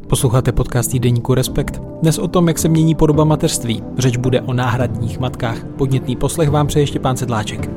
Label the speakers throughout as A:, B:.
A: Posloucháte podcast týdeníku Respekt. Dnes o tom, jak se mění podoba mateřství. Řeč bude o náhradních matkách. Podnětný poslech vám přeje Štěpán Sedláček.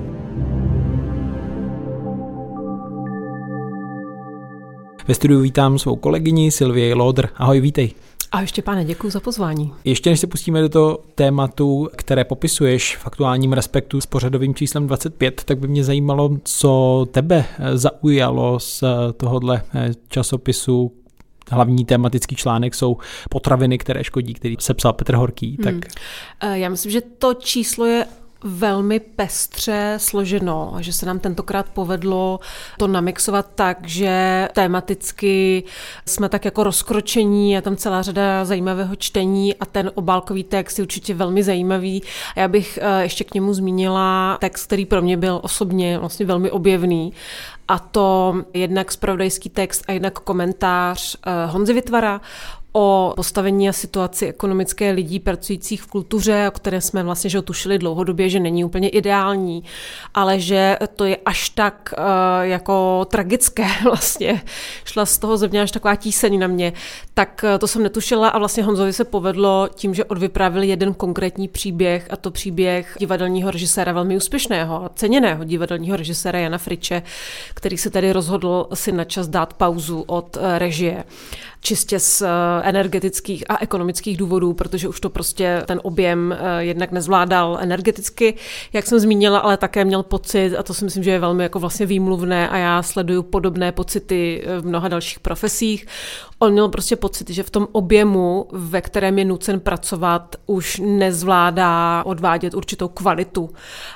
A: Ve studiu vítám svou kolegyni Sylvii Loder. Ahoj, vítej.
B: Ahoj Štěpáne, děkuji za pozvání.
A: Ještě než se pustíme do toho tématu, které popisuješ v aktuálním Respektu s pořadovým číslem 25, tak by mě zajímalo, co tebe zaujalo z tohohle časopisu. Hlavní tematický článek jsou potraviny, které škodí, který sepsal Petr Horký. Tak...
B: Já myslím, že to číslo je velmi pestře složeno a že se nám tentokrát povedlo to namixovat tak, že tematicky jsme tak jako rozkročení, je tam celá řada zajímavého čtení a ten obálkový text je určitě velmi zajímavý. A já bych ještě k němu zmínila text, který pro mě byl osobně vlastně velmi objevný, a to jednak zpravodajský text a jednak komentář Honzy Vitvara o postavení a situaci ekonomické lidí pracujících v kultuře, o které jsme vlastně že tušili dlouhodobě, že není úplně ideální, ale že to je až tak jako tragické vlastně. Šla z toho ze mě až taková tíseň na mě. Tak to jsem netušila a vlastně Honzovi se povedlo tím, že odvyprávil jeden konkrétní příběh, a to příběh divadelního režiséra velmi úspěšného a ceněného divadelního režiséra Jana Friče, který se tedy rozhodl si na čas dát pauzu od režie. Čistě z energetických a ekonomických důvodů, protože už to prostě ten objem jednak nezvládal energeticky, jak jsem zmínila, ale také měl pocit, a to si myslím, že je velmi jako vlastně výmluvné a já sleduju podobné pocity v mnoha dalších profesích. On měl prostě pocit, že v tom objemu, ve kterém je nucen pracovat, už nezvládá odvádět určitou kvalitu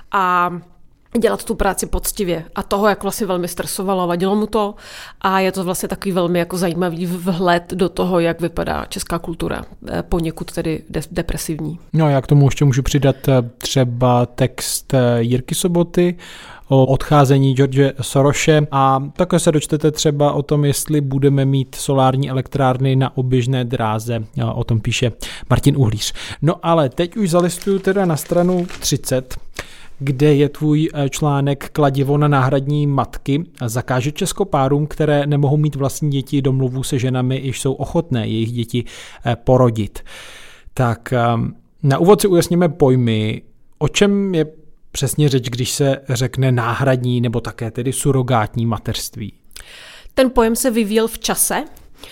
B: a dělat tu práci poctivě. A toho jak vlastně velmi stresovalo, vadilo mu to a je to vlastně takový velmi jako zajímavý vhled do toho, jak vypadá česká kultura, poněkud tedy depresivní.
A: No, já k tomu ještě můžu přidat třeba text Jirky Soboty o odcházení George Sorose a také se dočtete třeba o tom, jestli budeme mít solární elektrárny na oběžné dráze. O tom píše Martin Uhlíř. No ale teď už zalistuju teda na stranu 30, kde je tvůj článek Kladivo na náhradní matky. Zakáže Česko párům, které nemohou mít vlastní děti, domluvu se ženami, již jsou ochotné jejich děti porodit. Tak na úvod si ujasníme pojmy, o čem je přesně řeč, když se řekne náhradní nebo také tedy surogátní mateřství.
B: Ten pojem se vyvíjel v čase.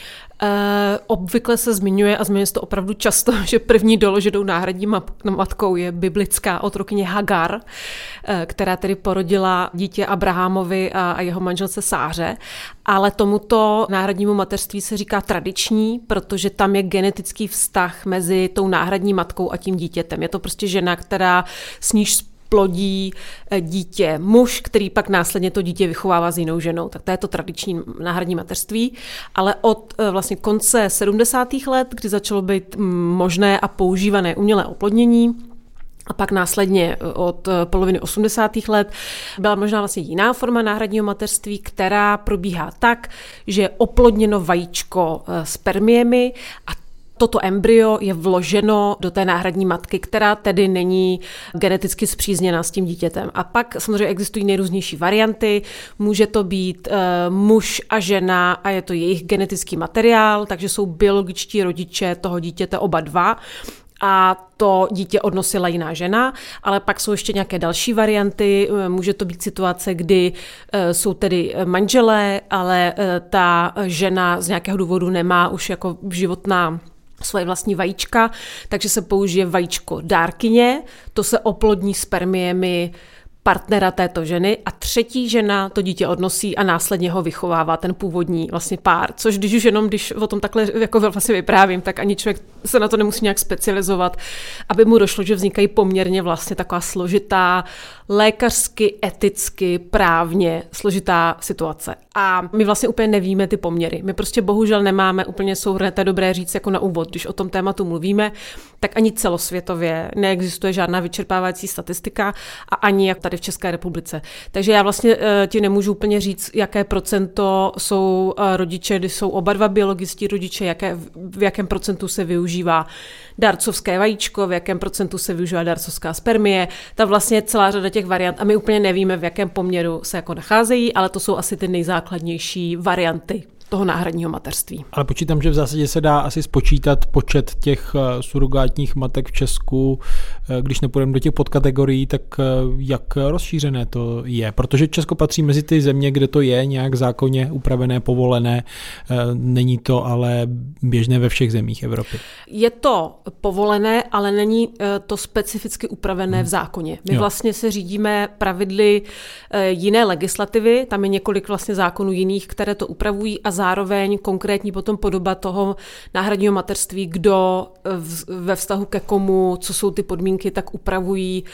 B: Obvykle se zmiňuje, a zmiňuje se to opravdu často, že první doloženou náhradní matkou je biblická otrokyně Hagar, která tedy porodila dítě Abrahamovi a jeho manželce Sáře, ale tomuto náhradnímu mateřství se říká tradiční, protože tam je genetický vztah mezi tou náhradní matkou a tím dítětem. Je to prostě žena, která s níž plodí dítě muž, který pak následně to dítě vychovává s jinou ženou. Tak to je to tradiční náhradní mateřství, ale od vlastně konce 70. let, kdy začalo být možné a používané umělé oplodnění, a pak následně od poloviny 80. let byla možná vlastně jiná forma náhradního mateřství, která probíhá tak, že je oplodněno vajíčko spermiemi a toto embryo je vloženo do té náhradní matky, která tedy není geneticky spřízněná s tím dítětem. A pak samozřejmě existují nejrůznější varianty. Může to být muž a žena a je to jejich genetický materiál, takže jsou biologičtí rodiče toho dítěte oba dva. A to dítě odnosila jiná žena, ale pak jsou ještě nějaké další varianty. Může to být situace, kdy jsou tedy manželé, ale ta žena z nějakého důvodu nemá už jako životná svoje vlastní vajíčka, takže se použije vajíčko dárkyně, to se oplodní spermiemi partnera této ženy a třetí žena to dítě odnosí a následně ho vychovává ten původní vlastně pár, což když o tom takhle jako vlastně vyprávím, tak ani člověk se na to nemusí nějak specializovat, aby mu došlo, že vznikají poměrně vlastně taková složitá, lékařsky, eticky, právně složitá situace. A my vlastně úplně nevíme ty poměry. My prostě bohužel nemáme úplně souhrnné, to je dobré říct jako na úvod, když o tom tématu mluvíme, tak ani celosvětově neexistuje žádná vyčerpávající statistika a ani jak tady v České republice. Takže já vlastně ti nemůžu úplně říct, jaké procento jsou rodiče, když jsou oba dva biologičtí rodiče, v jakém procentu se využívá dárcovské vajíčko, v jakém procentu se využívá dárcovská spermie. Tam vlastně je celá řada těch variant a my úplně nevíme, v jakém poměru se jako nacházejí, ale to jsou asi ty nejzákladnější varianty. toho náhradního mateřství.
A: Ale počítám, že v zásadě se dá asi spočítat počet těch surogátních matek v Česku, když nepůjdeme do těch podkategorií, tak jak rozšířené to je? Protože Česko patří mezi ty země, kde to je nějak zákonně upravené, povolené, není to ale běžné ve všech zemích Evropy.
B: Je to povolené, ale není to specificky upravené v zákoně. My vlastně se řídíme pravidly jiné legislativy, tam je několik vlastně zákonů jiných, které to upravují a zároveň konkrétní potom podoba toho náhradního mateřství, kdo ve vztahu ke komu, co jsou ty podmínky, tak upraví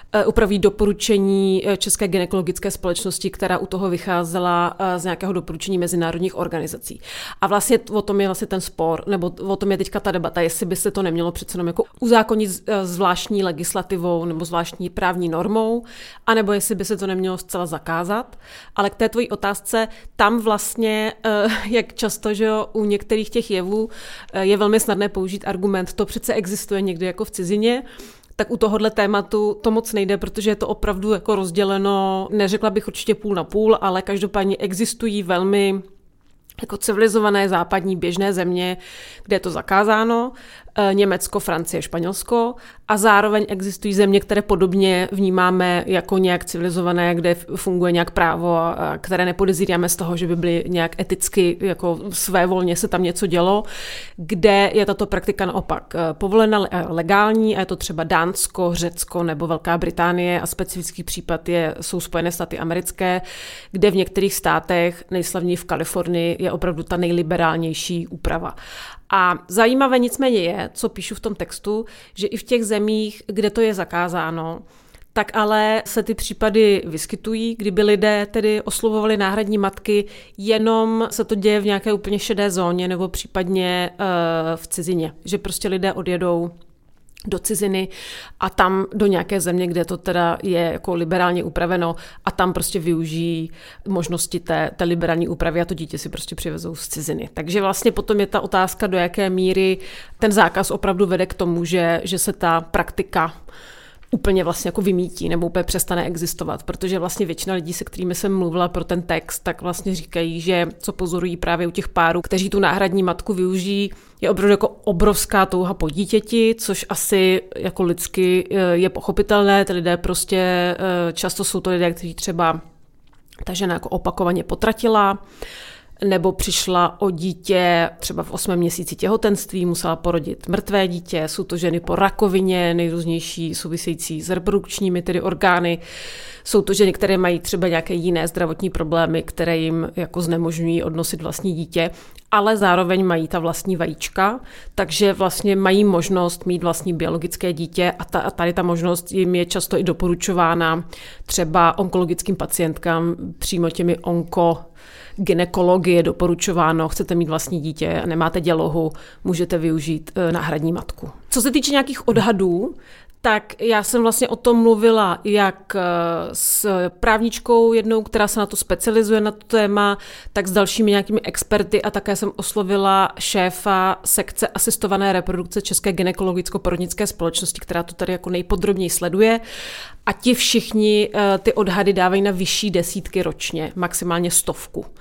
B: doporučení České gynekologické společnosti, která u toho vycházela z nějakého doporučení mezinárodních organizací. A vlastně o tom je vlastně ten spor, nebo o tom je teďka ta debata, jestli by se to nemělo přece jenom jako uzákonit zvláštní legislativou nebo zvláštní právní normou, anebo jestli by se to nemělo zcela zakázat. Ale k té tvojí otázce, tam vlastně, jak často, že u některých těch jevů je velmi snadné použít argument, to přece existuje někde jako v cizině, tak u tohohle tématu to moc nejde, protože je to opravdu jako rozděleno, neřekla bych určitě půl na půl, ale každopádně existují velmi jako civilizované západní běžné země, kde je to zakázáno, Německo, Francie, Španělsko a zároveň existují země, které podobně vnímáme jako nějak civilizované, kde funguje nějak právo, které nepodezíráme z toho, že by byly nějak eticky, jako svévolně se tam něco dělo, kde je tato praktika naopak povolena, legální a je to třeba Dánsko, Řecko nebo Velká Británie a specifický případ jsou Spojené státy americké, kde v některých státech, nejslavněji v Kalifornii, je opravdu ta nejliberálnější úprava. A zajímavé nicméně je, co píšu v tom textu, že i v těch zemích, kde to je zakázáno, tak ale se ty případy vyskytují, kdyby lidé tedy oslovovali náhradní matky, jenom se to děje v nějaké úplně šedé zóně nebo případně v cizině, že prostě lidé odjedou do ciziny a tam do nějaké země, kde to teda je jako liberálně upraveno a tam prostě využijí možnosti té liberální úpravy a to dítě si prostě přivezou z ciziny. Takže vlastně potom je ta otázka, do jaké míry ten zákaz opravdu vede k tomu, že se ta praktika úplně vlastně jako vymítí nebo úplně přestane existovat, protože vlastně většina lidí, se kterými jsem mluvila pro ten text, tak vlastně říkají, že co pozorují právě u těch párů, kteří tu náhradní matku využijí, je opravdu jako obrovská touha po dítěti, což asi jako lidsky je pochopitelné, ty lidé prostě často jsou to lidé, kteří třeba ta žena jako opakovaně potratila, nebo přišla o dítě třeba v 8. měsíci těhotenství, musela porodit mrtvé dítě, jsou to ženy po rakovině, nejrůznější související s reprodukčními tedy orgány, jsou to ženy, které mají třeba nějaké jiné zdravotní problémy, které jim jako znemožňují odnosit vlastní dítě, ale zároveň mají ta vlastní vajíčka, takže vlastně mají možnost mít vlastní biologické dítě a tady ta možnost jim je často i doporučována třeba onkologickým pacientkám, přímo těmi gynekologie je doporučováno, chcete mít vlastní dítě a nemáte dělohu, můžete využít náhradní matku. Co se týče nějakých odhadů, tak já jsem vlastně o tom mluvila jak s právničkou jednou, která se na to specializuje na to téma, tak s dalšími nějakými experty a také jsem oslovila šéfa sekce asistované reprodukce České gynekologicko-porodnické společnosti, která to tady jako nejpodrobněji sleduje. A ti všichni ty odhady dávají na vyšší desítky ročně, maximálně 100.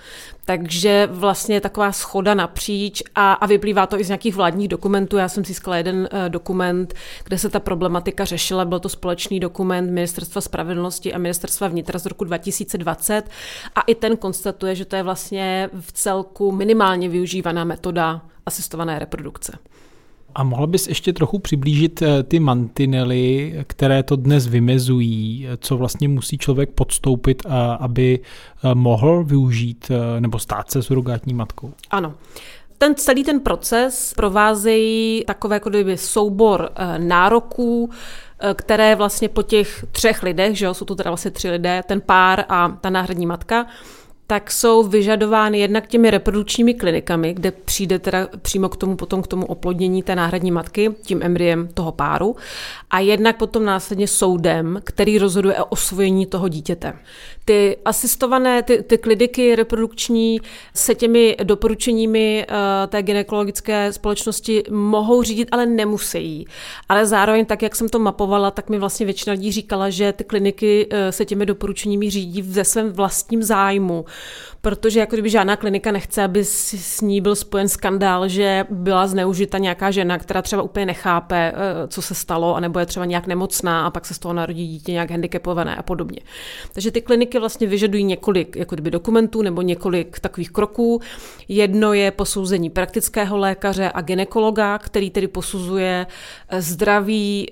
B: Takže vlastně je taková shoda napříč a vyplývá to i z nějakých vládních dokumentů. Já jsem získala jeden dokument, kde se ta problematika řešila. Byl to společný dokument Ministerstva spravedlnosti a Ministerstva vnitra z roku 2020 a i ten konstatuje, že to je vlastně v celku minimálně využívaná metoda asistované reprodukce.
A: A mohla bys ještě trochu přiblížit ty mantinely, které to dnes vymezují, co vlastně musí člověk podstoupit, aby mohl využít nebo stát se surogátní matkou?
B: Ano. Celý ten proces provázejí takové jako kdyby soubor nároků, které vlastně po těch 3 lidech, že jo, jsou to teda vlastně 3 lidé, ten pár a ta náhradní matka, tak jsou vyžadovány jednak těmi reprodukčními klinikami, kde přijde teda přímo k tomu oplodnění té náhradní matky, tím embryem toho páru, a jednak potom následně soudem, který rozhoduje o osvojení toho dítěte. Ty asistované, ty kliniky reprodukční se těmi doporučeními té gynekologické společnosti mohou řídit, ale nemusí. Ale zároveň, tak jak jsem to mapovala, tak mi vlastně většina lidí říkala, že ty kliniky se těmi doporučeními řídí ve svém vlastním zájmu. Protože jako kdyby žádná klinika nechce, aby s ní byl spojen skandál, že byla zneužita nějaká žena, která třeba úplně nechápe, co se stalo, anebo je třeba nějak nemocná a pak se z toho narodí dítě nějak handicapované a podobně. Takže ty kliniky vlastně vyžadují několik jako kdyby dokumentů nebo několik takových kroků. Jedno je posouzení praktického lékaře a gynekologa, který tedy posuzuje zdraví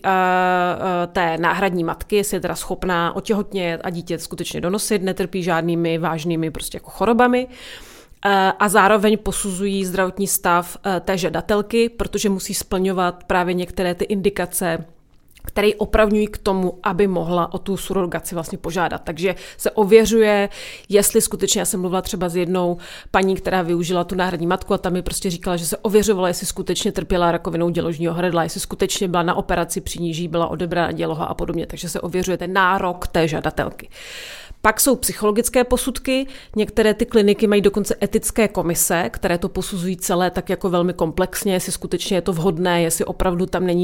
B: té náhradní matky, jestli je teda schopná otěhotnět a dítě skutečně donosit, netrpí žádnými vážnými prostě jako chorobami. A zároveň posuzují zdravotní stav té žadatelky, protože musí splňovat právě některé ty indikace, které opravňují k tomu, aby mohla o tu surrogaci vlastně požádat. Takže se ověřuje, jestli skutečně, já jsem mluvila třeba s jednou paní, která využila tu náhradní matku a tam mi prostě říkala, že se ověřovala, jestli skutečně trpěla rakovinou děložního hrdla, jestli skutečně byla na operaci, při níž jí byla odebrána děloha a podobně. Takže se ověřuje ten nárok té žadatelky. Pak jsou psychologické posudky, některé ty kliniky mají dokonce etické komise, které to posuzují celé tak jako velmi komplexně, jestli skutečně je to vhodné, jestli opravdu tam není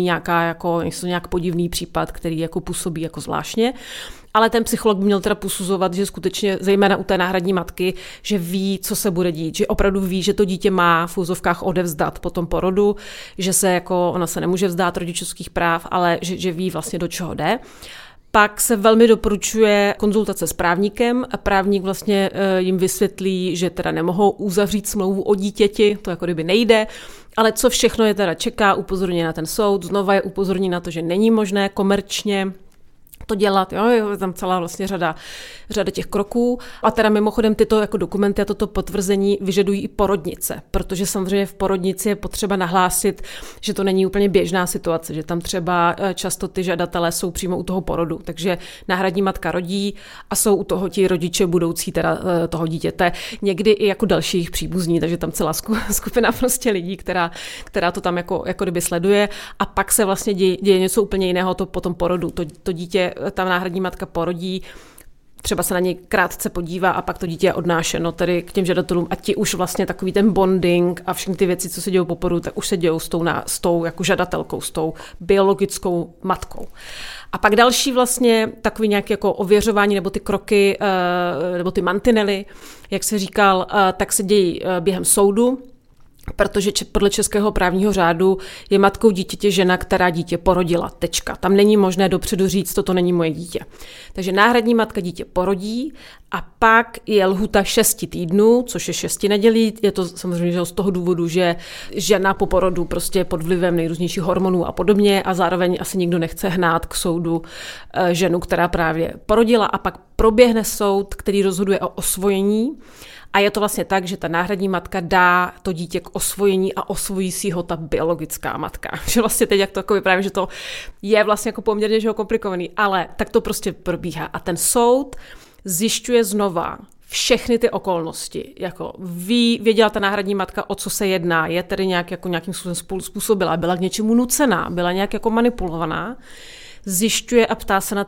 B: nějak podivný případ, který jako působí jako zvláštně. Ale ten psycholog by měl teda posuzovat, že skutečně, zejména u té náhradní matky, že ví, co se bude dít, že opravdu ví, že to dítě má v úzovkách odevzdat po tom porodu, že ona se nemůže vzdát rodičovských práv, ale že ví vlastně, do čeho jde. Pak se velmi doporučuje konzultace s právníkem a právník vlastně jim vysvětlí, že teda nemohou uzavřít smlouvu o dítěti, to jako kdyby nejde, ale co všechno je teda čeká, upozorní na ten soud, znova je upozorní na to, že není možné komerčně to dělat, je tam celá vlastně řada těch kroků. A teda mimochodem tyto jako dokumenty a toto potvrzení vyžadují i porodnice, protože samozřejmě v porodnici je potřeba nahlásit, že to není úplně běžná situace, že tam třeba často ty žadatelé jsou přímo u toho porodu, takže náhradní matka rodí a jsou u toho ti rodiče budoucí teda toho dítěte, někdy i jako dalších příbuzní, takže tam celá skupina prostě lidí, která to tam jako kdyby sleduje a pak se vlastně děje něco úplně jiného to po tom porodu. To dítě ta náhradní matka porodí, třeba se na něj krátce podívá a pak to dítě je odnášeno tedy k těm žadatelům a ti už vlastně takový ten bonding a všechny ty věci, co se dějou po porodu, tak už se dějou s tou jako žadatelkou, s tou biologickou matkou. A pak další vlastně takový nějaké jako ověřování nebo ty kroky nebo ty mantinely, jak se říkal, tak se dějí během soudu, protože podle českého právního řádu je matkou dítěte žena, která dítě porodila. Tečka. Tam není možné dopředu říct, toto není moje dítě. Takže náhradní matka dítě porodí a pak je lhůta 6 týdnů, což je 6 nedělí. Je to samozřejmě z toho důvodu, že žena po porodu prostě pod vlivem nejrůznějších hormonů a podobně a zároveň asi nikdo nechce hnát k soudu ženu, která právě porodila a pak proběhne soud, který rozhoduje o osvojení. A je to vlastně tak, že ta náhradní matka dá to dítě k osvojení a osvojí si ho ta biologická matka. Že vlastně teď, jak to jako vyprávím, že to je vlastně jako poměrně komplikovaný, ale tak to prostě probíhá. A ten soud zjišťuje znova všechny ty okolnosti. Jako věděla ta náhradní matka, o co se jedná, je tedy nějakým způsobila, byla k něčemu nucená, byla nějak jako manipulovaná. Zjišťuje a ptá se na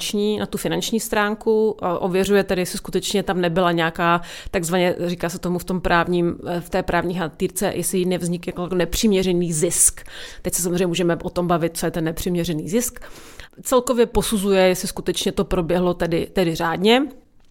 B: tu finanční stránku, ověřuje tedy, jestli skutečně tam nebyla nějaká, takzvaně říká se tomu v té právní hantýrce, jestli jí nevznikl jako nepřiměřený zisk. Teď se samozřejmě můžeme o tom bavit, co je ten nepřiměřený zisk. Celkově posuzuje, jestli skutečně to proběhlo tedy řádně.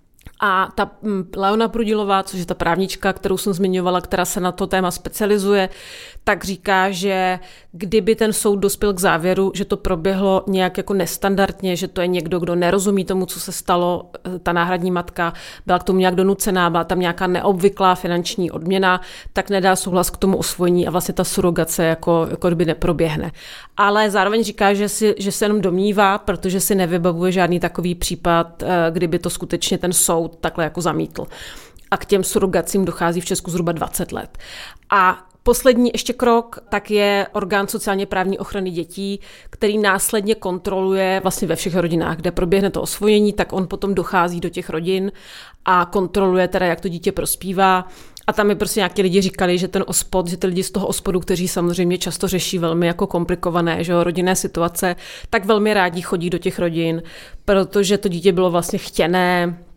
B: A ta Leona Prudilová, což je ta právnička, kterou jsem zmiňovala, která se na to téma specializuje, tak říká, že kdyby ten soud dospěl k závěru, že to proběhlo nějak jako nestandardně, že to je někdo, kdo nerozumí tomu, co se stalo, ta náhradní matka byla k tomu nějak donucená, byla tam nějaká neobvyklá finanční odměna, tak nedá souhlas k tomu osvojení a vlastně ta surrogace jako kdyby neproběhne. Ale zároveň říká, že se jenom domnívá, protože si nevybavuje žádný takový případ, kdyby to skutečně ten soud takhle jako zamítl. A k těm surrogacím dochází v Česku zhruba 20 let. A poslední ještě krok, tak je orgán sociálně právní ochrany dětí, který následně kontroluje vlastně ve všech rodinách, kde proběhne to osvojení, tak on potom dochází do těch rodin a kontroluje teda, jak to dítě prospívá. A tam mi prostě nějaký lidi říkali, že že ty lidi z toho OSPODu, kteří samozřejmě často řeší velmi jako komplikované, že rodinné situace, tak velmi rádi chodí do těch rodin, protože to dítě bylo vlastně chtěné,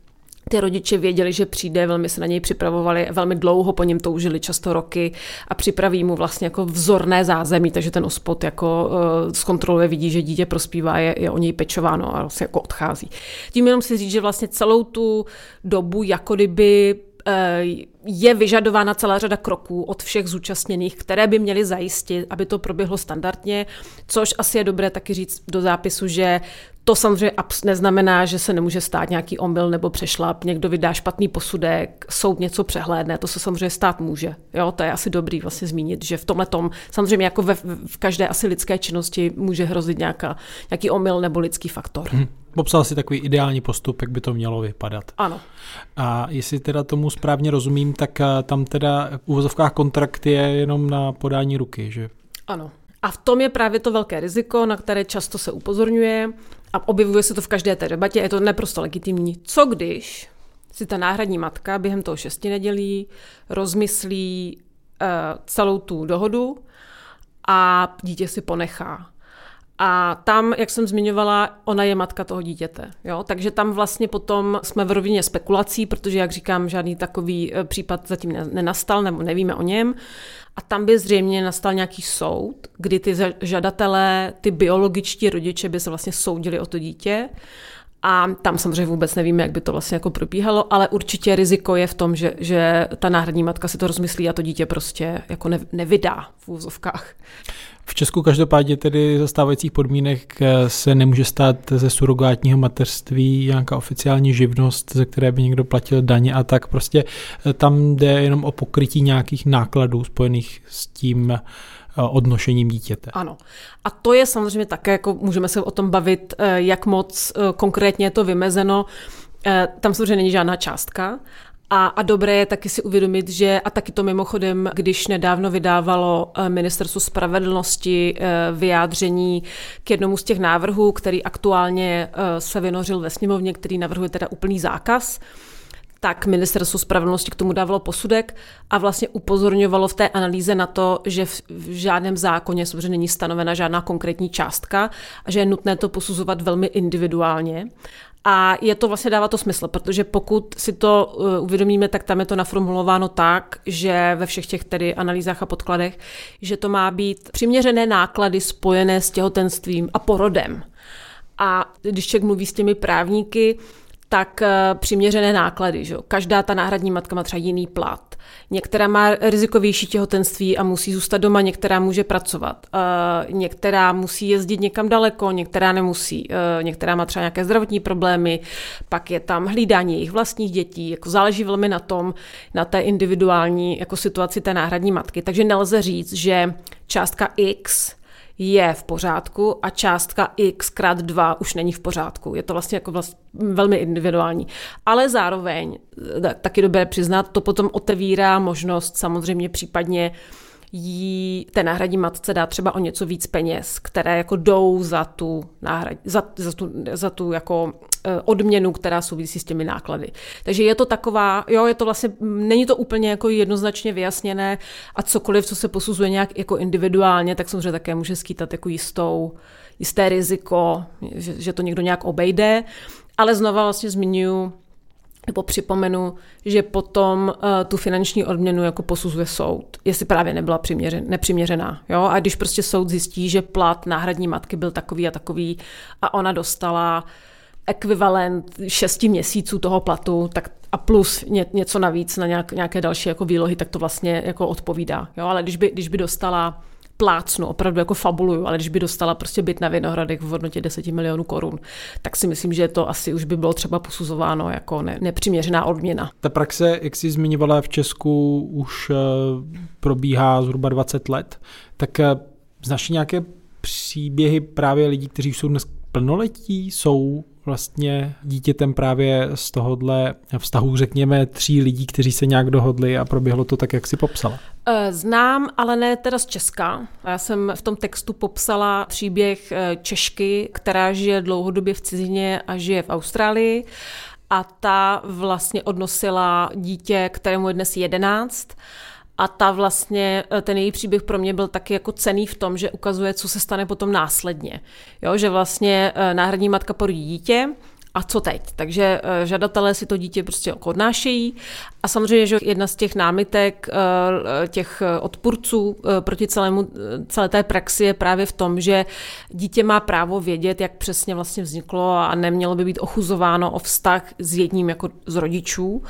B: Ty rodiče věděli, že přijde, velmi se na něj připravovali, velmi dlouho po něm toužili, často roky, a připraví mu vlastně jako vzorné zázemí, takže ten OSPOD jako zkontroluje, vidí, že dítě prospívá, je o něj pečováno a vlastně jako odchází. Tím jenom si říct, že vlastně celou tu dobu jako kdyby je vyžadována celá řada kroků od všech zúčastněných, které by měly zajistit, aby to proběhlo standardně, což asi je dobré taky říct do zápisu, že to samozřejmě neznamená, že se nemůže stát nějaký omyl nebo přešlap, někdo vydá špatný posudek, soud něco přehlédne, to se samozřejmě stát může. Jo, to je asi dobrý vlastně zmínit, že v tomhletom samozřejmě jako v každé asi lidské činnosti může hrozit nějaký omyl nebo lidský faktor.
A: Popsal si takový ideální postup, jak by to mělo vypadat.
B: Ano.
A: A jestli teda tomu správně rozumím, tak tam teda v uvozovkách kontrakt je jenom na podání ruky, že?
B: Ano. A v tom je právě to velké riziko, na které často se upozorňuje a objevuje se to v každé té debatě, je to naprosto legitimní. Co když si ta náhradní matka během toho 6 nedělí rozmyslí celou tu dohodu a dítě si ponechá. A tam, jak jsem zmiňovala, ona je matka toho dítěte. Jo? Takže tam vlastně potom jsme v rovině spekulací, protože, jak říkám, žádný takový případ zatím nenastal, nebo nevíme o něm. A tam by zřejmě nastal nějaký soud, kdy ty žadatelé, ty biologičtí rodiče by se vlastně soudili o to dítě. A tam samozřejmě vůbec nevíme, jak by to vlastně jako probíhalo, ale určitě riziko je v tom, že ta náhradní matka si to rozmyslí a to dítě prostě jako nevydá v úvozovkách.
A: V Česku každopádně tedy za stávajících podmínek se nemůže stát ze surogátního mateřství nějaká oficiální živnost, ze které by někdo platil daně a tak. Prostě tam jde jenom o pokrytí nějakých nákladů spojených s tím odnošením dítěte.
B: Ano. A to je samozřejmě také, jako můžeme se o tom bavit, jak moc konkrétně je to vymezeno. Tam samozřejmě není žádná částka. A dobré je taky si uvědomit, že, a taky to mimochodem, když nedávno vydávalo Ministerstvo spravedlnosti vyjádření k jednomu z těch návrhů, který aktuálně se vynořil ve sněmovně, který navrhuje teda úplný zákaz, tak Ministerstvo spravedlnosti k tomu dávalo posudek a vlastně upozorňovalo v té analýze na to, že v žádném zákoně samozřejmě není stanovena žádná konkrétní částka a že je nutné to posuzovat velmi individuálně. A je to vlastně, dává to smysl, protože pokud si to uvědomíme, tak tam je to naformulováno tak, že ve všech těch tedy analýzách a podkladech, že to má být přiměřené náklady spojené s těhotenstvím a porodem. A když člověk mluví s těmi právníky, tak přiměřené náklady. Že? Každá ta náhradní matka má třeba jiný plat. Některá má rizikovější těhotenství a musí zůstat doma, některá může pracovat. Některá musí jezdit někam daleko, některá nemusí. Některá má třeba nějaké zdravotní problémy, pak je tam hlídání jejich vlastních dětí. Jako záleží velmi na tom, na té individuální jako situaci té náhradní matky. Takže nelze říct, že částka X je v pořádku a částka x krát 2 už není v pořádku. Je to vlastně jako velmi individuální. Ale zároveň, taky dobré přiznat, to potom otevírá možnost samozřejmě případně jí té náhradní matce dá třeba o něco víc peněz, které jako jdou za tu jako odměnu, která souvisí s těmi náklady. Takže je to taková, je to vlastně, není to úplně jako jednoznačně vyjasněné a cokoliv, co se posuzuje nějak jako individuálně, tak samozřejmě také může skýtat jako jisté riziko, že to někdo nějak obejde, ale znova vlastně zmiňuji, nebo připomenu, že potom tu finanční odměnu jako posuzuje soud, jestli právě nebyla nepřiměřená. Jo? A když prostě soud zjistí, že plat náhradní matky byl takový a takový a ona dostala ekvivalent 6 měsíců toho platu, tak a plus něco navíc na nějaké další jako výlohy, tak to vlastně jako odpovídá. Jo? Ale když by dostala plácnu, opravdu jako fabuluju, ale když by dostala prostě byt na Vinohradech v hodnotě 10 milionů korun, tak si myslím, že to asi už by bylo třeba posuzováno jako nepřiměřená odměna.
A: Ta praxe, jak jsi zmiňovala, v Česku už probíhá zhruba 20 let, tak znáš nějaké příběhy právě lidí, kteří jsou dnes plnoletí, jsou vlastně dítětem právě z tohohle vztahu, řekněme, 3 lidí, kteří se nějak dohodli a proběhlo to tak, jak jsi popsala?
B: Znám, ale ne teda z Česka. Já jsem v tom textu popsala příběh Češky, která žije dlouhodobě v cizině a žije v Austrálii a ta vlastně odnosila dítě, kterému je dnes 11. A ta vlastně, ten její příběh pro mě byl taky jako cenný v tom, že ukazuje, co se stane potom následně. Jo, že vlastně náhradní matka porodí dítě A co teď? Takže žadatelé si to dítě prostě odnášejí a samozřejmě, že jedna z těch námitek těch odpůrců proti celé té praxi je právě v tom, že dítě má právo vědět, jak přesně vlastně vzniklo a nemělo by být ochuzováno o vztah s jedním jako z rodičů.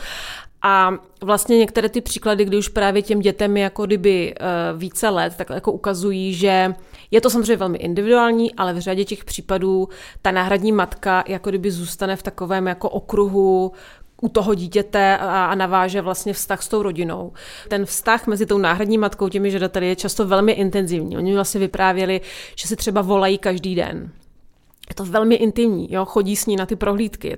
B: A vlastně některé ty příklady, kdy už právě těm dětem je jako kdyby více let, tak jako ukazují, že je to samozřejmě velmi individuální, ale v řadě těch případů ta náhradní matka jako kdyby zůstane v takovém jako okruhu u toho dítěte a naváže vlastně vztah s tou rodinou. Ten vztah mezi tou náhradní matkou těmi žadateli je často velmi intenzivní. Oni vlastně vyprávěli, že si třeba volají každý den. Je to velmi intimní, jo? Chodí s ní na ty prohlídky.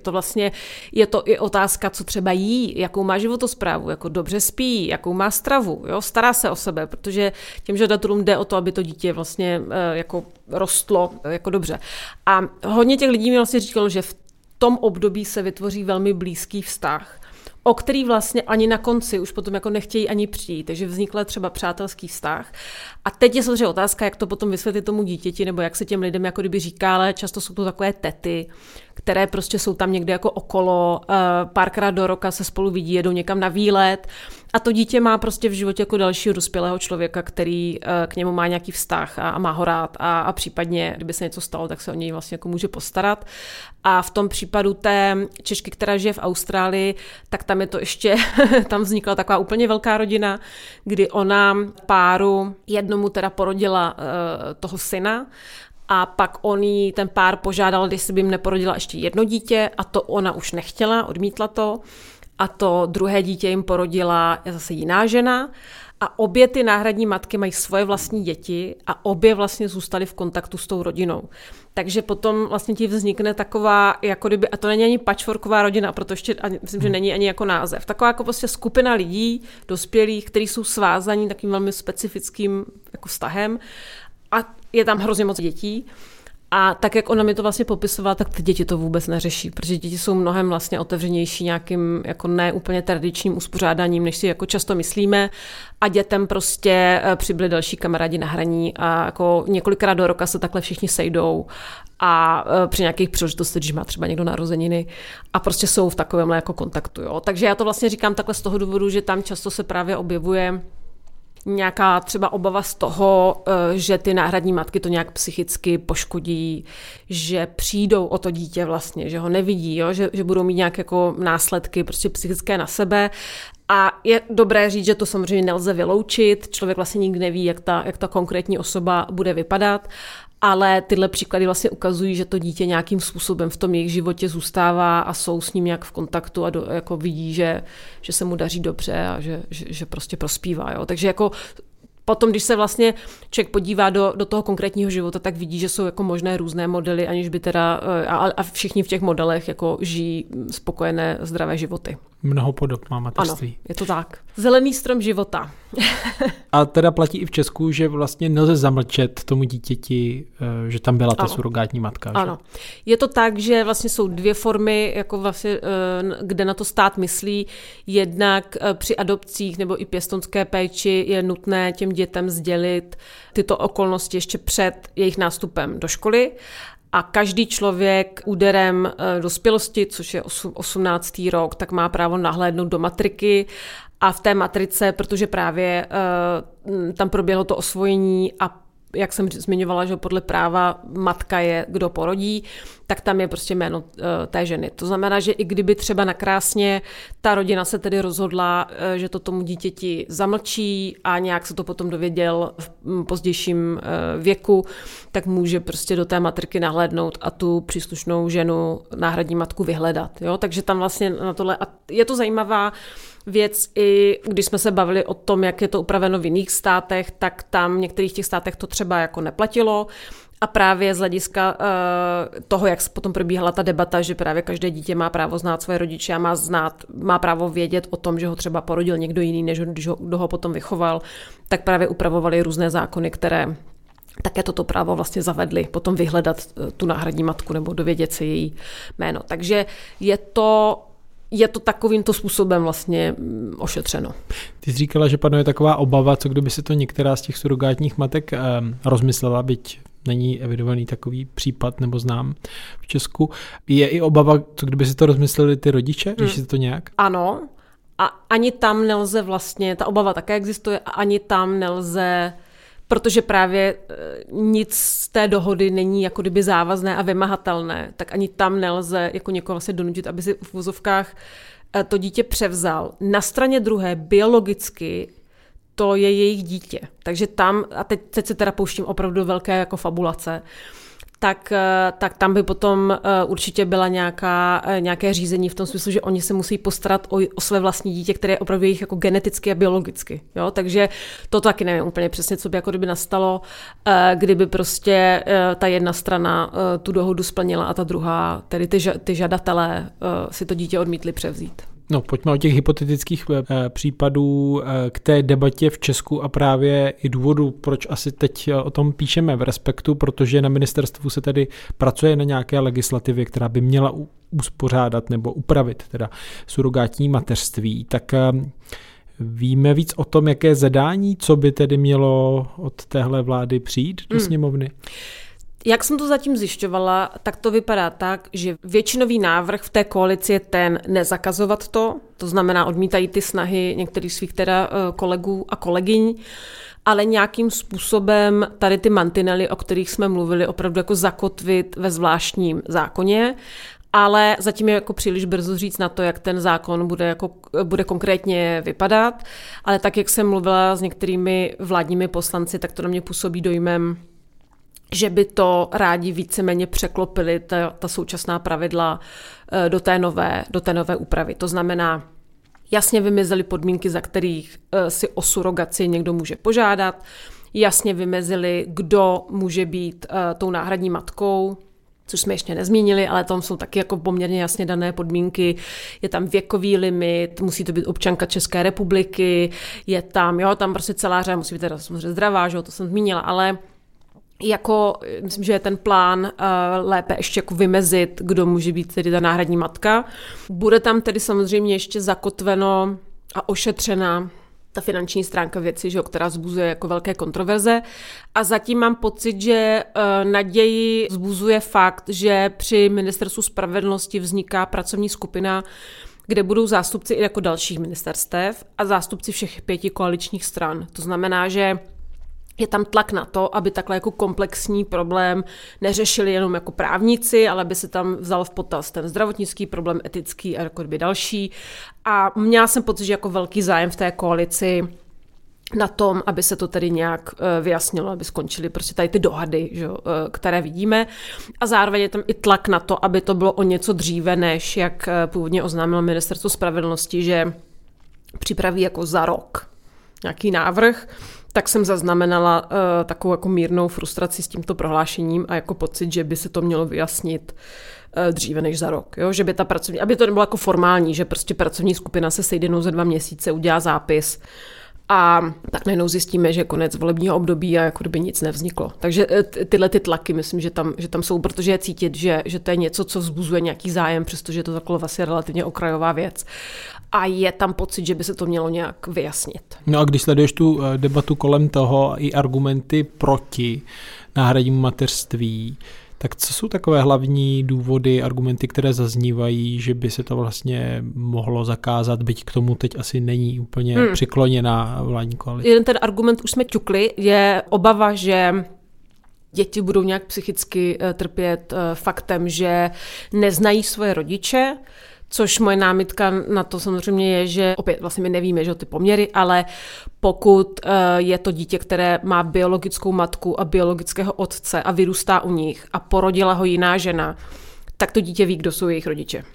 B: Je to i otázka, co třeba jí, jakou má životosprávu, jako dobře spí, jakou má stravu, jo? Stará se o sebe, protože těm žadatelům jde o to, aby to dítě vlastně jako rostlo jako dobře. A hodně těch lidí mi vlastně říkalo, že v tom období se vytvoří velmi blízký vztah, o který vlastně ani na konci už potom jako nechtějí ani přijít, takže vznikl třeba přátelský vztah. A teď je samozřejmě otázka, jak to potom vysvětlit tomu dítěti, nebo jak se těm lidem jako kdyby říká, ale často jsou to takové tety, které prostě jsou tam někde jako okolo, párkrát do roka se spolu vidí, jedou někam na výlet a to dítě má prostě v životě jako dalšího dospělého člověka, který k němu má nějaký vztah a má ho rád a případně, kdyby se něco stalo, tak se o něj vlastně jako může postarat. A v tom případu té Češky, která žije v Austrálii, tak tam je to ještě, tam vznikla taková úplně velká rodina, kdy ona páru jednomu teda porodila toho syna, a pak ten pár požádal, jestli by jim neporodila ještě jedno dítě a to ona už nechtěla, odmítla to. A to druhé dítě jim porodila zase jiná žena. A obě ty náhradní matky mají svoje vlastní děti a obě vlastně zůstaly v kontaktu s tou rodinou. Takže potom vlastně ti vznikne taková, jako kdyby, a to není ani patchworková rodina, protože ještě myslím, že není ani jako název. Taková jako prostě skupina lidí, dospělých, kteří jsou svázaní takým velmi specifickým jako vztahem. A je tam hrozně moc dětí. A tak, jak ona mi to vlastně popisovala, tak ty děti to vůbec neřeší, protože děti jsou mnohem vlastně otevřenější nějakým jako neúplně tradičním uspořádáním, než si jako často myslíme. A dětem prostě přibyli další kamarádi na hraní a jako několikrát do roka se takhle všichni sejdou a při nějakých příležitostech, když má třeba někdo narozeniny a prostě jsou v takovémhle jako kontaktu. Jo. Takže já to vlastně říkám takhle z toho důvodu, že tam často se právě objevuje nějaká třeba obava z toho, že ty náhradní matky to nějak psychicky poškodí, že přijdou o to dítě vlastně, že ho nevidí, jo? Že budou mít nějaké jako následky prostě psychické na sebe. A je dobré říct, že to samozřejmě nelze vyloučit, člověk vlastně nikdy neví, jak ta konkrétní osoba bude vypadat, ale tyhle příklady vlastně ukazují, že to dítě nějakým způsobem v tom jejich životě zůstává a jsou s ním nějak v kontaktu a jako vidí, že se mu daří dobře a že prostě prospívá. Jo? Takže jako potom, když se vlastně člověk podívá do toho konkrétního života, tak vidí, že jsou jako možné různé modely, aniž by teda a všichni v těch modelech jako žijí spokojené, zdravé životy.
A: Mnoho podob má mateřství.
B: Ano, je to tak. Zelený strom života.
A: A teda platí i v Česku, že vlastně nelze zamlčet tomu dítěti, že tam byla ta surogátní matka. Že?
B: Ano. Je to tak, že vlastně jsou dvě formy, jako vlastně, kde na to stát myslí. Jednak při adopcích nebo i pěstounské péči je nutné těm dětem sdělit tyto okolnosti ještě před jejich nástupem do školy. A každý člověk úderem dospělosti, což je 18. rok, tak má právo nahlédnout do matriky a v té matrice, protože právě tam proběhlo to osvojení a jak jsem zmiňovala, že podle práva matka je, kdo porodí, tak tam je prostě jméno té ženy. To znamená, že i kdyby třeba nakrásně ta rodina se tedy rozhodla, že to tomu dítěti zamlčí a nějak se to potom dověděl v pozdějším věku, tak může prostě do té matriky nahlédnout a tu příslušnou ženu, náhradní matku vyhledat. Jo? Takže tam vlastně na tohle, a je to zajímavá věc, i když jsme se bavili o tom, jak je to upraveno v jiných státech, tak tam v některých těch státech to třeba jako neplatilo. A právě z hlediska toho, jak potom probíhala ta debata, že právě každé dítě má právo znát svoje rodiče a má právo vědět o tom, že ho třeba porodil někdo jiný, než kdo ho potom vychoval, tak právě upravovali různé zákony, které také toto právo vlastně zavedly, potom vyhledat tu náhradní matku nebo dovědět si její jméno. Takže je to takovýmto způsobem vlastně ošetřeno.
A: Ty jsi říkala, že panuje taková obava, co kdyby si to některá z těch surogátních matek rozmyslela, byť není evidovaný takový případ nebo znám v Česku. Je i obava, co kdyby si to rozmysleli ty rodiče, řeší to nějak?
B: Ano, a ani tam nelze vlastně, ta obava také existuje, a ani tam nelze, protože právě nic z té dohody není jako kdyby závazné a vymahatelné, tak ani tam nelze jako někoho vlastně donutit, aby si v uvozovkách to dítě převzal. Na straně druhé biologicky to je jejich dítě. Takže tam, a teď se teda pouštím opravdu do velké jako fabulace, tak tam by potom určitě byla nějaké řízení v tom smyslu, že oni se musí postarat o své vlastní dítě, které je opravdu jejich jako geneticky a biologicky. Jo? Takže to taky nevím úplně přesně, co by jako kdyby nastalo, kdyby prostě ta jedna strana tu dohodu splnila a ta druhá, tedy ty žadatelé si to dítě odmítli převzít.
A: No, pojďme o těch hypotetických případů k té debatě v Česku a právě i důvodu, proč asi teď o tom píšeme v Respektu, protože na ministerstvu se tedy pracuje na nějaké legislativě, která by měla uspořádat nebo upravit teda surogátní mateřství. Tak víme víc o tom, jaké zadání, co by tedy mělo od téhle vlády přijít do sněmovny?
B: Jak jsem to zatím zjišťovala, tak to vypadá tak, že většinový návrh v té koalici je ten nezakazovat to znamená odmítají ty snahy některých svých teda kolegů a kolegyň, ale nějakým způsobem tady ty mantinely, o kterých jsme mluvili, opravdu jako zakotvit ve zvláštním zákoně, ale zatím je jako příliš brzo říct na to, jak ten zákon bude konkrétně vypadat, ale tak, jak jsem mluvila s některými vládními poslanci, tak to na mě působí dojmem, že by to rádi víceméně překlopili ta současná pravidla do té nové úpravy. To znamená, jasně vymezili podmínky, za kterých si o surrogaci někdo může požádat, jasně vymezili, kdo může být tou náhradní matkou, což jsme ještě nezmínili, ale tam jsou taky jako poměrně jasně dané podmínky. Je tam věkový limit, musí to být občanka České republiky, je tam prostě celá řada, musí být teda samozřejmě zdravá, že to jsem zmínila, ale myslím, že je ten plán lépe ještě jako vymezit, kdo může být tedy ta náhradní matka. Bude tam tedy samozřejmě ještě zakotveno a ošetřena ta finanční stránka věci, že, která vzbuzuje jako velké kontroverze. A zatím mám pocit, že naději vzbuzuje fakt, že při Ministerstvu spravedlnosti vzniká pracovní skupina, kde budou zástupci i jako dalších ministerstev a zástupci všech 5 koaličních stran. To znamená, že je tam tlak na to, aby takhle jako komplexní problém neřešili jenom jako právníci, ale aby se tam vzal v potaz ten zdravotnický problém, etický a jako další. A měla jsem pocit, že jako velký zájem v té koalici na tom, aby se to tedy nějak vyjasnilo, aby skončily prostě tady ty dohady, že, které vidíme. A zároveň je tam i tlak na to, aby to bylo o něco dříve, než jak původně oznámilo Ministerstvo spravedlnosti, že připraví jako za rok nějaký návrh. Tak jsem zaznamenala takovou jako mírnou frustraci s tímto prohlášením a jako pocit, že by se to mělo vyjasnit dříve než za rok. Jo? Že by aby to nebylo jako formální, že prostě pracovní skupina se sejde za 2 měsíce, udělá zápis a tak najednou zjistíme, že je konec volebního období a jako kdyby nic nevzniklo. Takže tyhle ty tlaky myslím, že tam jsou, protože je cítit, že to je něco, co vzbuzuje nějaký zájem, přestože je to takhle vlastně relativně okrajová věc. A je tam pocit, že by se to mělo nějak vyjasnit.
A: No a když sleduješ tu debatu kolem toho i argumenty proti náhradnímu mateřství, tak co jsou takové hlavní důvody, argumenty, které zaznívají, že by se to vlastně mohlo zakázat, byť k tomu teď asi není úplně přikloněná vládní koalice?
B: Jeden ten argument už jsme ťukli, je obava, že děti budou nějak psychicky trpět faktem, že neznají svoje rodiče, což moje námitka na to samozřejmě je, že opět vlastně my nevíme, že ty poměry, ale pokud je to dítě, které má biologickou matku a biologického otce a vyrůstá u nich a porodila ho jiná žena, tak to dítě ví, kdo jsou jejich rodiče.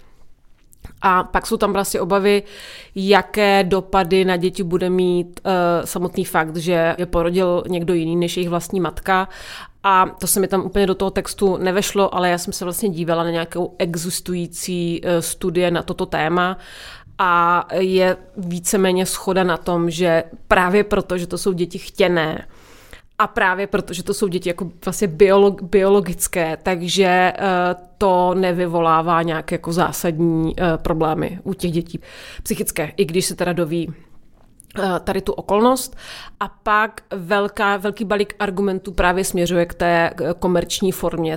B: A pak jsou tam vlastně obavy, jaké dopady na děti bude mít samotný fakt, že je porodil někdo jiný než jejich vlastní matka. A to se mi tam úplně do toho textu nevešlo, ale já jsem se vlastně dívala na nějakou existující studie na toto téma a je víceméně shoda na tom, že právě proto, že to jsou děti chtěné a právě proto, že to jsou děti jako vlastně biologické, takže to nevyvolává nějaké jako zásadní problémy u těch dětí psychické, i když se teda doví tady tu okolnost a pak velký balík argumentů právě směřuje k té komerční formě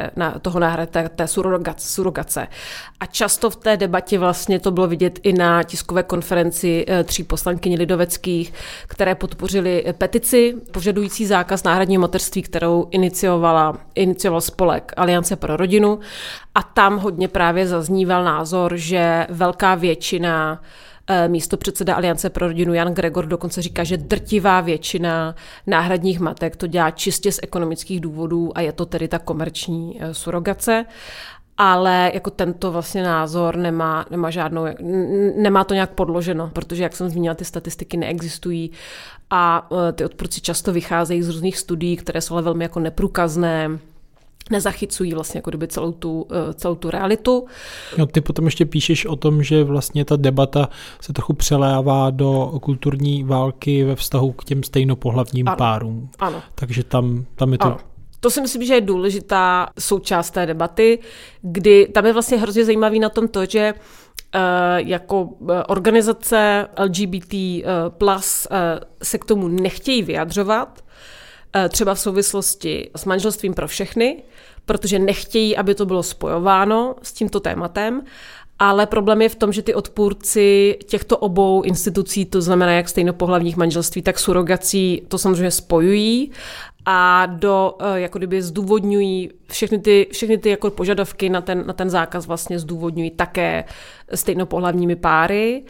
B: té surogace. A často v té debatě vlastně to bylo vidět i na tiskové konferenci 3 poslankyň lidoveckých, které podpořily petici požadující zákaz náhradního mateřství, kterou inicioval spolek Aliance pro rodinu a tam hodně právě zazníval názor, že velká většina místopředseda Aliance pro rodinu Jan Gregor dokonce říká, že drtivá většina náhradních matek to dělá čistě z ekonomických důvodů a je to tedy ta komerční surogace. Ale jako tento vlastně názor nemá to nějak podloženo, protože, jak jsem zmínila, ty statistiky neexistují a ty odpůrci často vycházejí z různých studií, které jsou ale velmi jako neprůkazné, nezachycují vlastně jako kdyby celou tu realitu.
A: No, ty potom ještě píšeš o tom, že vlastně ta debata se trochu přelévá do kulturní války ve vztahu k těm stejnopohlavním párům.
B: Ano.
A: Takže tam je to...
B: Ano. To si myslím, že je důležitá součást té debaty, kdy tam je vlastně hrozně zajímavý na tom to, že jako organizace LGBT plus se k tomu nechtějí vyjadřovat, třeba v souvislosti s manželstvím pro všechny, protože nechtějí, aby to bylo spojováno s tímto tématem, ale problém je v tom, že ty odpůrci těchto obou institucí, to znamená jak stejnopohlavních manželství, tak surogací, to samozřejmě spojují a jako kdyby zdůvodňují všechny ty jako požadavky na ten zákaz vlastně zdůvodňují také stejnopohlavními páry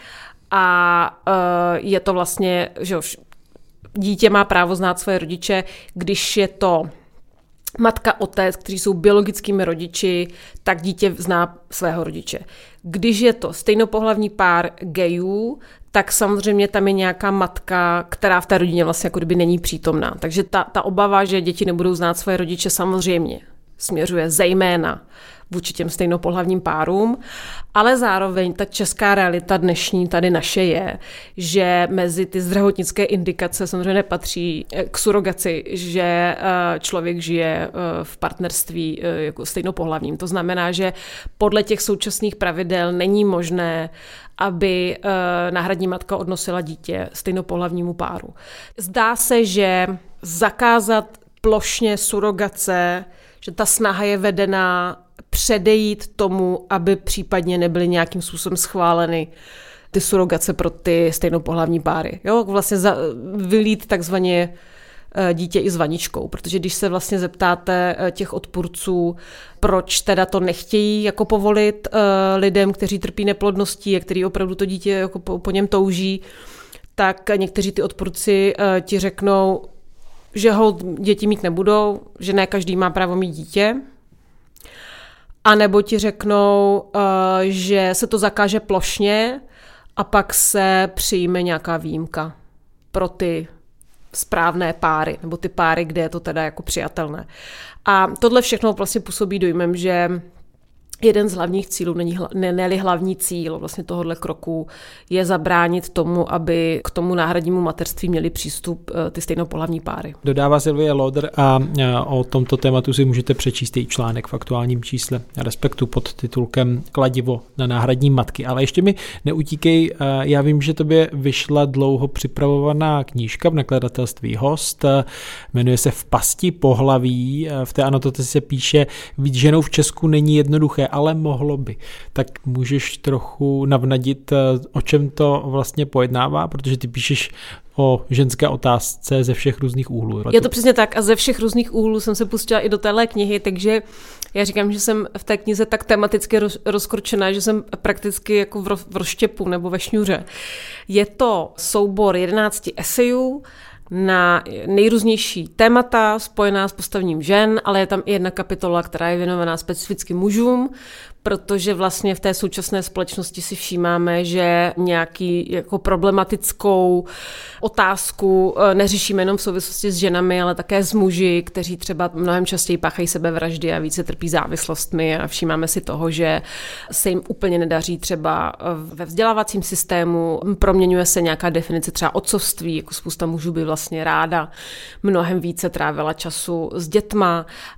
B: a je to vlastně, že dítě má právo znát své rodiče, když je to matka, otec, kteří jsou biologickými rodiči, tak dítě zná svého rodiče. Když je to stejnopohlavní pár gayů, tak samozřejmě tam je nějaká matka, která v té rodině vlastně jako kdyby není přítomná. Takže ta obava, že děti nebudou znát své rodiče, samozřejmě směřuje zejména vůči těm stejnopohlavním párům, ale zároveň ta česká realita dnešní tady naše je, že mezi ty zdravotnické indikace samozřejmě nepatří k surogaci, že člověk žije v partnerství jako stejnopohlavním. To znamená, že podle těch současných pravidel není možné, aby náhradní matka odnosila dítě stejnopohlavnímu páru. Zdá se, že zakázat plošně surogace, že ta snaha je vedená předejít tomu, aby případně nebyly nějakým způsobem schváleny ty surogace pro ty stejnopohlavní páry. Jo, vlastně vylít takzvaně dítě i s vaničkou, protože když se vlastně zeptáte těch odpůrců, proč teda to nechtějí jako povolit lidem, kteří trpí neplodností a kteří opravdu to dítě jako po něm touží, tak někteří ty odpůrci ti řeknou, že ho děti mít nebudou, že ne každý má právo mít dítě, a nebo ti řeknou, že se to zakáže plošně a pak se přijme nějaká výjimka pro ty správné páry, nebo ty páry, kde je to teda jako přijatelné. A tohle všechno vlastně působí dojmem, že jeden z hlavních cílů, ne-li hlavní cíl vlastně tohohle kroku, je zabránit tomu, aby k tomu náhradnímu mateřství měli přístup ty stejnopohlavní páry.
A: Dodává Sylvie Loder a o tomto tématu si můžete přečíst její článek v aktuálním čísle Respektu pod titulkem Kladivo na náhradní matky. Ale ještě mi neutíkej, já vím, že tobě vyšla dlouho připravovaná knížka v nakladatelství Host, jmenuje se V pasti pohlaví, v té anotaci se píše, být ženou v Česku není jednoduché, ale mohlo by. Tak můžeš trochu navnadit, o čem to vlastně pojednává, protože ty píšeš o ženské otázce ze všech různých úhlů.
B: Je to přesně tak a ze všech různých úhlů jsem se pustila i do téhle knihy, takže já říkám, že jsem v té knize tak tematicky rozkročená, že jsem prakticky jako v rozštěpu nebo ve šňůře. Je to soubor 11 esejů na nejrůznější témata spojená s postavením žen, ale je tam i jedna kapitola, která je věnovaná specificky mužům, protože vlastně v té současné společnosti si všímáme, že nějaký jako problematickou otázku neřešíme jenom v souvislosti s ženami, ale také s muži, kteří třeba mnohem častěji páchají sebevraždy a více trpí závislostmi a všímáme si toho, že se jim úplně nedaří třeba ve vzdělávacím systému, proměňuje se nějaká definice třeba otcovství, jako spousta mužů by vlastně ráda mnohem více trávila času s dětma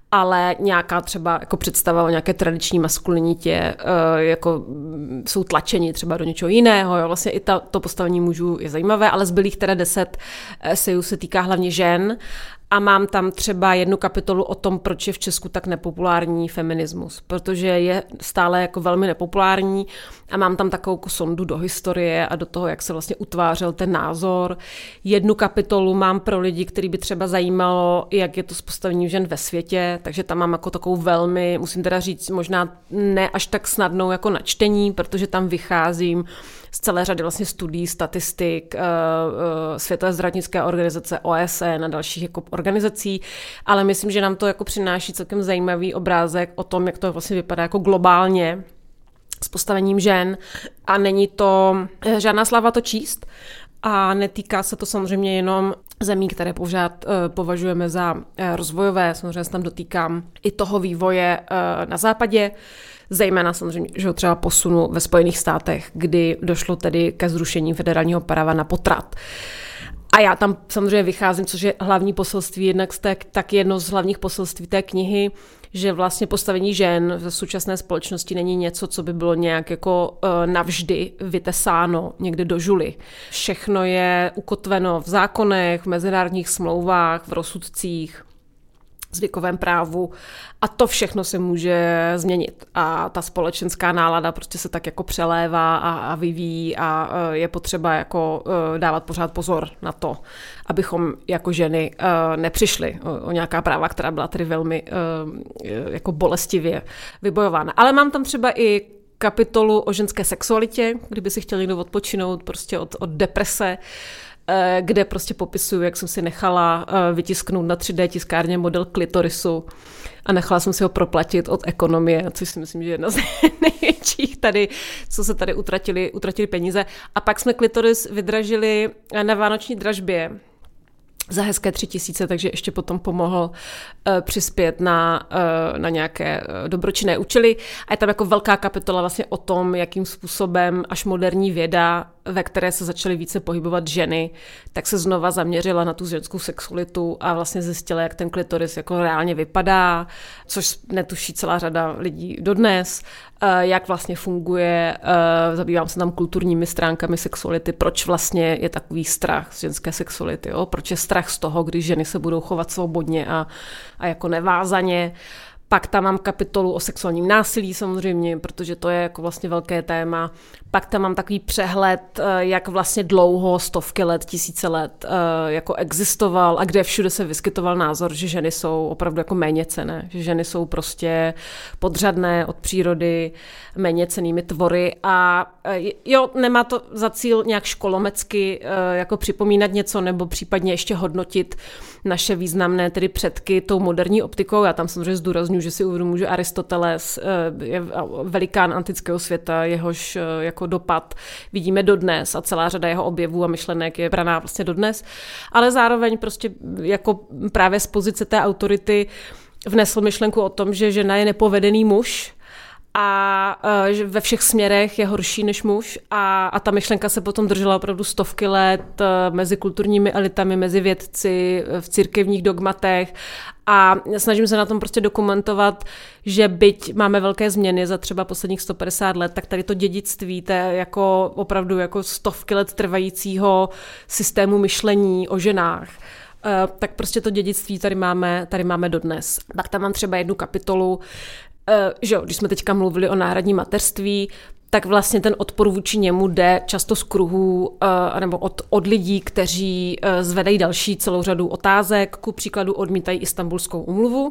B: ale nějaká třeba jako představa o nějaké tradiční maskulinitě, jako jsou tlačeni třeba do něčeho jiného, jo? Vlastně i to postavení mužů je zajímavé, ale zbylých teda 10 esejů se týká hlavně žen. A mám tam třeba jednu kapitolu o tom, proč je v Česku tak nepopulární feminismus, protože je stále jako velmi nepopulární a mám tam takovou sondu do historie a do toho, jak se vlastně utvářel ten názor. Jednu kapitolu mám pro lidi, který by třeba zajímalo, jak je to s postavením žen ve světě, takže tam mám jako takovou velmi, musím teda říct, možná ne až tak snadnou jako na čtení, protože tam vycházím z celé řady vlastně studií, statistik, Světové zdravotnické organizace, OSN a dalších jako organizací, ale myslím, že nám to jako přináší celkem zajímavý obrázek o tom, jak to vlastně vypadá jako globálně s postavením žen a není to žádná sláva to číst a netýká se to samozřejmě jenom zemí, které považujeme za rozvojové, samozřejmě se tam dotýkám i toho vývoje na západě, zejména samozřejmě, že třeba posunu ve Spojených státech, kdy došlo tedy ke zrušení federálního práva na potrat. A já tam samozřejmě vycházím, což je hlavní poselství, jednak tak jedno z hlavních poselství té knihy, že vlastně postavení žen v současné společnosti není něco, co by bylo nějak jako navždy vytesáno někde do žuly. Všechno je ukotveno v zákonech, v mezinárodních smlouvách, v rozsudcích, zvykovém právu a to všechno se může změnit a ta společenská nálada prostě se tak jako přelévá a vyvíjí a je potřeba jako dávat pořád pozor na to, abychom jako ženy nepřišli o nějaká práva, která byla tedy velmi jako bolestivě vybojována. Ale mám tam třeba i kapitolu o ženské sexualitě, kdyby si chtěl někdo odpočinout prostě od deprese, kde prostě popisuju, jak jsem si nechala vytisknout na 3D tiskárně model klitorisu a nechala jsem si ho proplatit od Ekonomie, což si myslím, že je jedna z největších tady, co se tady utratili peníze. A pak jsme klitoris vydražili na vánoční dražbě za hezké 3 000, takže ještě potom pomohl přispět na nějaké dobročinné účely. A je tam jako velká kapitola vlastně o tom, jakým způsobem až moderní věda, ve které se začaly více pohybovat ženy, tak se znova zaměřila na tu ženskou sexualitu a vlastně zjistila, jak ten klitoris jako reálně vypadá, což netuší celá řada lidí dodnes, jak vlastně funguje, zabývám se tam kulturními stránkami sexuality, proč vlastně je takový strach z ženské sexuality, jo? Proč je strach z toho, když ženy se budou chovat svobodně a jako nevázaně. Pak tam mám kapitolu o sexuálním násilí samozřejmě, protože to je jako vlastně velké téma. Pak tam mám takový přehled, jak vlastně dlouho, stovky let, tisíce let jako existoval a kde všude se vyskytoval názor, že ženy jsou opravdu jako méněcenné, že ženy jsou prostě podřadné od přírody, méněcennými tvory a jo, nemá to za cíl nějak školomecky jako připomínat něco nebo případně ještě hodnotit naše významné tedy předky tou moderní optikou. Já tam samozřejmě zdůrazňuji, že si uvědomuji, že Aristoteles je velikán antického světa, jehož jako dopad vidíme dodnes a celá řada jeho objevů a myšlenek je braná vlastně dodnes, ale zároveň prostě jako právě z pozice té autority vnesl myšlenku o tom, že žena je nepovedený muž a ve všech směrech je horší než muž a ta myšlenka se potom držela opravdu stovky let mezi kulturními elitami, mezi vědci, v církevních dogmatech a snažím se na tom prostě dokumentovat, že byť máme velké změny za třeba posledních 150 let, tak tady to dědictví, to jako opravdu jako stovky let trvajícího systému myšlení o ženách, tak prostě to dědictví tady máme dodnes. Pak tam mám třeba jednu kapitolu, že když jsme teďka mluvili o náhradním mateřství, tak vlastně ten odpor vůči němu jde často z kruhů nebo od lidí, kteří zvedají další celou řadu otázek, ku příkladu odmítají Istanbulskou úmluvu.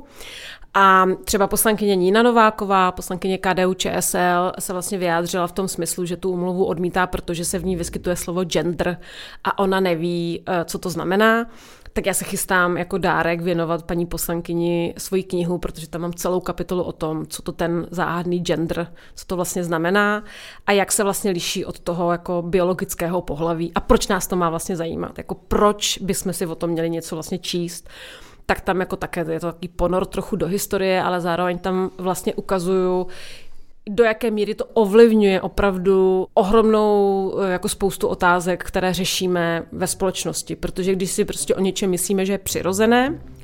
B: A třeba poslankyně Nina Nováková, poslankyně KDU-ČSL se vlastně vyjádřila v tom smyslu, že tu úmluvu odmítá, protože se v ní vyskytuje slovo gender a ona neví, co to znamená. Tak já se chystám jako dárek věnovat paní poslankyni svoji knihu, protože tam mám celou kapitolu o tom, co to ten záhadný gender, co to vlastně znamená a jak se vlastně liší od toho jako biologického pohlaví a proč nás to má vlastně zajímat, jako proč bychom si o tom měli něco vlastně číst. Tak tam jako také je to takový ponor trochu do historie, ale zároveň tam vlastně ukazuju, do jaké míry to ovlivňuje opravdu ohromnou jako spoustu otázek, které řešíme ve společnosti. Protože když si prostě o něčem myslíme, že je přirozené,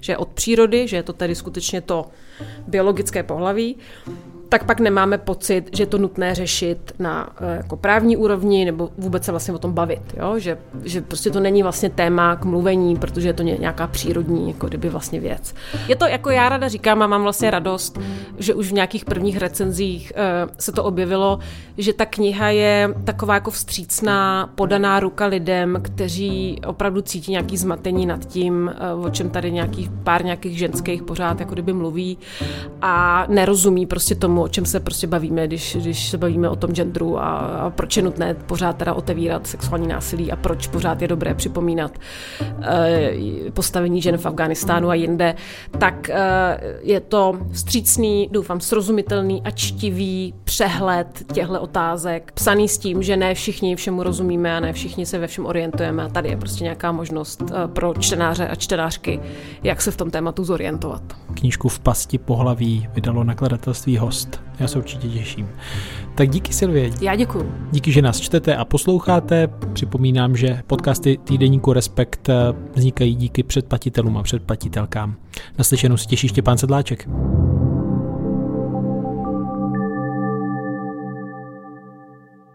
B: že je od přírody, že je to tedy skutečně to biologické pohlaví, tak pak nemáme pocit, že je to nutné řešit na jako právní úrovni nebo vůbec se vlastně o tom bavit. Jo? Že prostě to není vlastně téma k mluvení, protože je to nějaká přírodní jako kdyby vlastně věc. Je to, jako já ráda říkám a mám vlastně radost, že už v nějakých prvních recenzích se to objevilo, že ta kniha je taková jako vstřícná, podaná ruka lidem, kteří opravdu cítí nějaký zmatení nad tím, o čem tady pár nějakých ženských pořád jako kdyby mluví a nerozumí prostě tomu, o čem se prostě bavíme, když se bavíme o tom genderu a proč je nutné pořád teda otevírat sexuální násilí a proč pořád je dobré připomínat postavení žen v Afghánistánu a jinde, tak je to vstřícný, doufám srozumitelný a čtivý přehled těchto otázek, psaný s tím, že ne všichni všemu rozumíme a ne všichni se ve všem orientujeme a tady je prostě nějaká možnost pro čtenáře a čtenářky, jak se v tom tématu zorientovat.
A: Knížku V pasti pohlaví vydalo nakladatelství Host. Já se určitě těším. Tak díky, Silvie.
B: Já děkuju.
A: Díky, že nás čtete a posloucháte. Připomínám, že podcasty týdeníku Respekt vznikají díky předplatitelům a předplatitelkám. Naslyšenou se těší Štěpán Sedláček.